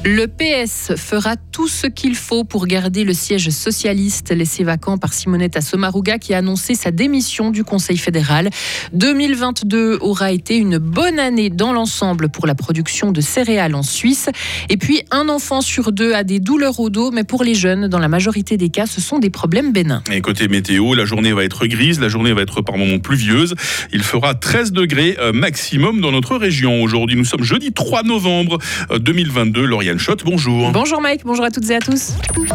Le PS fera tout ce qu'il faut pour garder le siège socialiste laissé vacant par Simonetta Sommaruga qui a annoncé sa démission du Conseil fédéral. 2022 aura été une bonne année dans l'ensemble pour la production de céréales en Suisse. Et puis, un enfant sur deux a des douleurs au dos, mais pour les jeunes, dans la majorité des cas, ce sont des problèmes bénins. Et côté météo, la journée va être grise, la journée va être par moments pluvieuse. Il fera 13 degrés maximum dans notre région. Aujourd'hui, nous sommes jeudi 3 novembre 2022. Lauriane Schott, bonjour. Bonjour Mike, bonjour à toutes et à tous.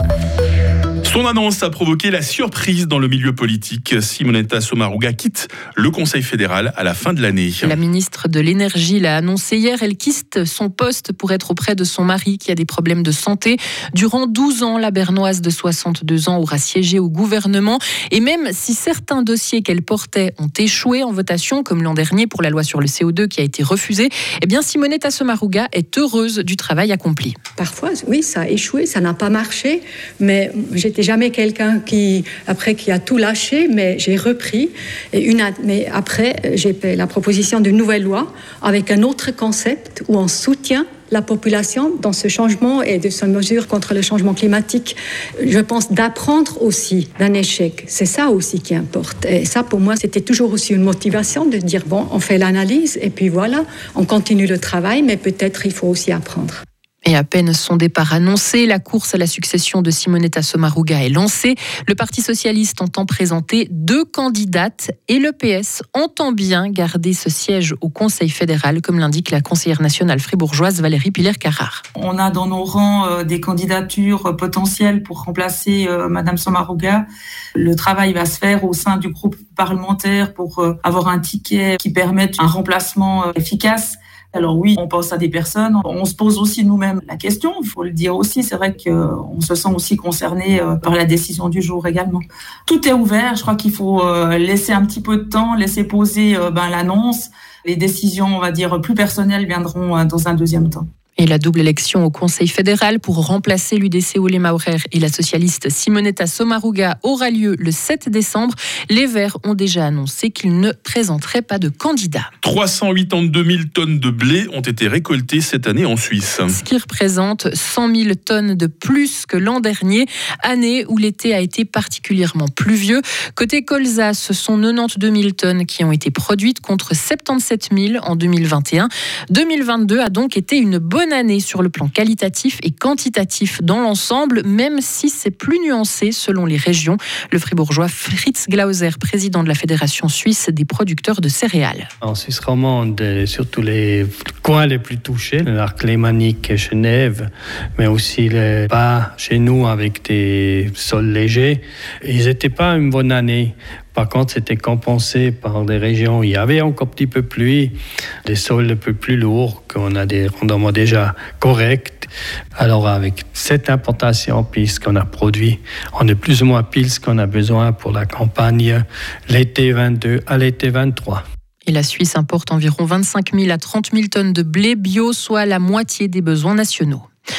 Son annonce a provoqué la surprise dans le milieu politique. Simonetta Sommaruga quitte le Conseil fédéral à la fin de l'année. La ministre de l'Énergie l'a annoncé hier. Elle quitte son poste pour être auprès de son mari qui a des problèmes de santé. Durant 12 ans, la Bernoise de 62 ans aura siégé au gouvernement. Et même si certains dossiers qu'elle portait ont échoué en votation, comme l'an dernier pour la loi sur le CO2 qui a été refusée, eh bien Simonetta Sommaruga est heureuse du travail accompli. Parfois, oui, ça a échoué, ça n'a pas marché, mais j'étais jamais quelqu'un qui a tout lâché, mais j'ai repris. Mais après, j'ai fait la proposition d'une nouvelle loi avec un autre concept où on soutient la population dans ce changement et de ses mesures contre le changement climatique. Je pense d'apprendre aussi d'un échec. C'est ça aussi qui importe. Et ça, pour moi, c'était toujours aussi une motivation de dire, bon, on fait l'analyse et puis voilà, on continue le travail, mais peut-être il faut aussi apprendre. Et à peine son départ annoncé, la course à la succession de Simonetta Sommaruga est lancée. Le Parti socialiste entend présenter 2 candidates et le PS entend bien garder ce siège au Conseil fédéral, comme l'indique la conseillère nationale fribourgeoise Valérie Piller-Carrard. On a dans nos rangs des candidatures potentielles pour remplacer Madame Sommaruga. Le travail va se faire au sein du groupe parlementaire pour avoir un ticket qui permette un remplacement efficace. Alors oui, on pense à des personnes, on se pose aussi nous-mêmes la question, il faut le dire aussi, c'est vrai qu'on se sent aussi concerné par la décision du jour également. Tout est ouvert, je crois qu'il faut laisser un petit peu de temps, laisser poser l'annonce. Les décisions, on va dire, plus personnelles viendront dans un deuxième temps. Et la double élection au Conseil fédéral pour remplacer l'UDC Ole Maurer et la socialiste Simonetta Sommaruga aura lieu le 7 décembre. Les Verts ont déjà annoncé qu'ils ne présenteraient pas de candidat. 382 000 tonnes de blé ont été récoltées cette année en Suisse. Ce qui représente 100 000 tonnes de plus que l'an dernier, année où l'été a été particulièrement pluvieux. Côté colza, ce sont 92 000 tonnes qui ont été produites contre 77 000 en 2021. 2022 a donc été une bonne année sur le plan qualitatif et quantitatif dans l'ensemble, même si c'est plus nuancé selon les régions. Le fribourgeois Fritz Glauser, président de la Fédération suisse des producteurs de céréales. En Suisse romande, surtout les coins les plus touchés, l'arc lémanique et Genève, mais aussi les bas chez nous avec des sols légers, ils n'étaient pas une bonne année. Par contre, c'était compensé par des régions où il y avait encore un petit peu de pluie, des sols un peu plus lourds, qu'on a des rendements déjà corrects. Alors, avec cette importation, puis ce qu'on a produit, on est plus ou moins pile ce qu'on a besoin pour la campagne l'été 22 à l'été 23. Et la Suisse importe environ 25 000 à 30 000 tonnes de blé bio, soit la moitié des besoins nationaux.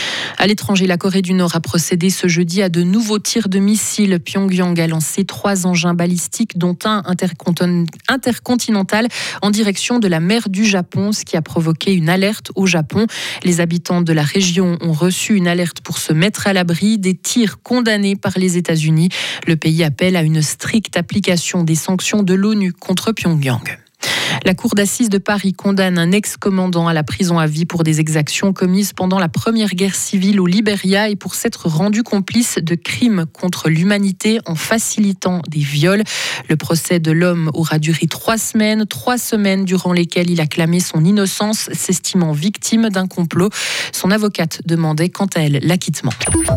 À l'étranger, la Corée du Nord a procédé ce jeudi à de nouveaux tirs de missiles. Pyongyang a lancé 3 engins balistiques, dont un intercontinental en direction de la mer du Japon, ce qui a provoqué une alerte au Japon. Les habitants de la région ont reçu une alerte pour se mettre à l'abri des tirs condamnés par les États-Unis. Le pays appelle à une stricte application des sanctions de l'ONU contre Pyongyang. La cour d'assises de Paris condamne un ex-commandant à la prison à vie pour des exactions commises pendant la première guerre civile au Libéria et pour s'être rendu complice de crimes contre l'humanité en facilitant des viols. Le procès de l'homme aura duré 3 semaines durant lesquelles il a clamé son innocence, s'estimant victime d'un complot. Son avocate demandait quant à elle l'acquittement.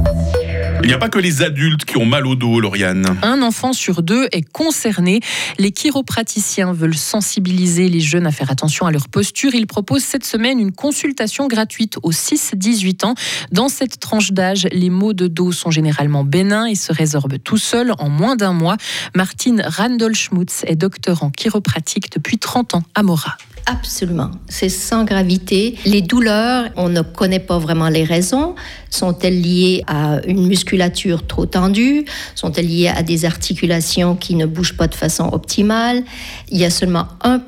Il n'y a pas que les adultes qui ont mal au dos, Lauriane. Un enfant sur 2 est concerné. Les chiropraticiens veulent sensibiliser les jeunes à faire attention à leur posture. Ils proposent cette semaine une consultation gratuite aux 6-18 ans. Dans cette tranche d'âge, les maux de dos sont généralement bénins et se résorbent tout seuls en moins d'1 mois. Martine Randol-Schmutz est docteure en chiropratique depuis 30 ans à Mora. Absolument, c'est sans gravité. Les douleurs, on ne connaît pas vraiment les raisons. Sont-elles liées à une musculature trop tendue? Sont-elles liées à des articulations qui ne bougent pas de façon optimale? Il y a seulement 1%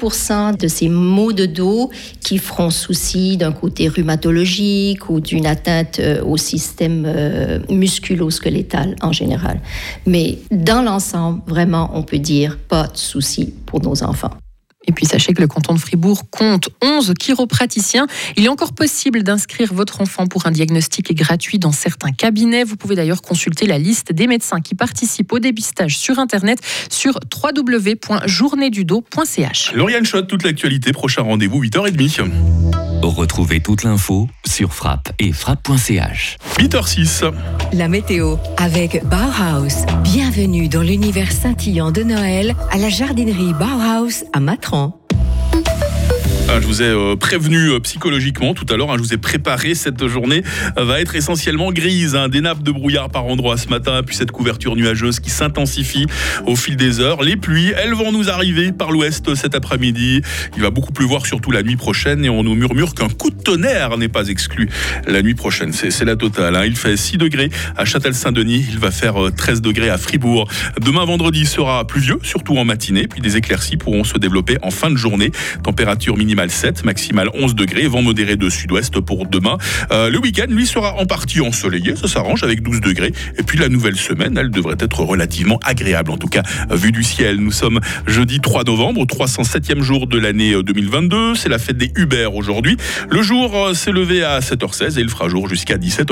10% de ces maux de dos qui feront souci d'un côté rhumatologique ou d'une atteinte au système musculo-squelettal en général. Mais dans l'ensemble, vraiment, on peut dire pas de souci pour nos enfants. Et puis sachez que le canton de Fribourg compte 11 chiropraticiens. Il est encore possible d'inscrire votre enfant pour un diagnostic gratuit dans certains cabinets. Vous pouvez d'ailleurs consulter la liste des médecins qui participent au dépistage sur Internet sur www.journeedudos.ch. Lauriane Schott, toute l'actualité, prochain rendez-vous 8h30. Retrouvez toute l'info sur Frappe et frappe.ch. 8h06. La météo avec Bauhaus. Bienvenue dans l'univers scintillant de Noël à la jardinerie Bauhaus à Matran. Je vous ai prévenu psychologiquement tout à l'heure, je vous ai préparé, cette journée va être essentiellement grise. Des nappes de brouillard par endroits ce matin, puis cette couverture nuageuse qui s'intensifie au fil des heures. Les pluies, elles vont nous arriver par l'ouest cet après-midi. Il va beaucoup pleuvoir, surtout la nuit prochaine, et on nous murmure qu'un coup de tonnerre n'est pas exclu la nuit prochaine. C'est la totale. Il fait 6 degrés à Châtel-Saint-Denis, il va faire 13 degrés à Fribourg. Demain vendredi sera pluvieux, surtout en matinée, puis des éclaircies pourront se développer en fin de journée. Température minimale 7, maximale 11 degrés, vent modéré de sud-ouest pour demain. Le week-end, lui, sera en partie ensoleillé, ça s'arrange avec 12 degrés. Et puis la nouvelle semaine, elle devrait être relativement agréable, en tout cas, vu du ciel. Nous sommes jeudi 3 novembre, 307e jour de l'année 2022. C'est la fête des Uber aujourd'hui. Le jour s'est levé à 7h16 et il fera jour jusqu'à 17h.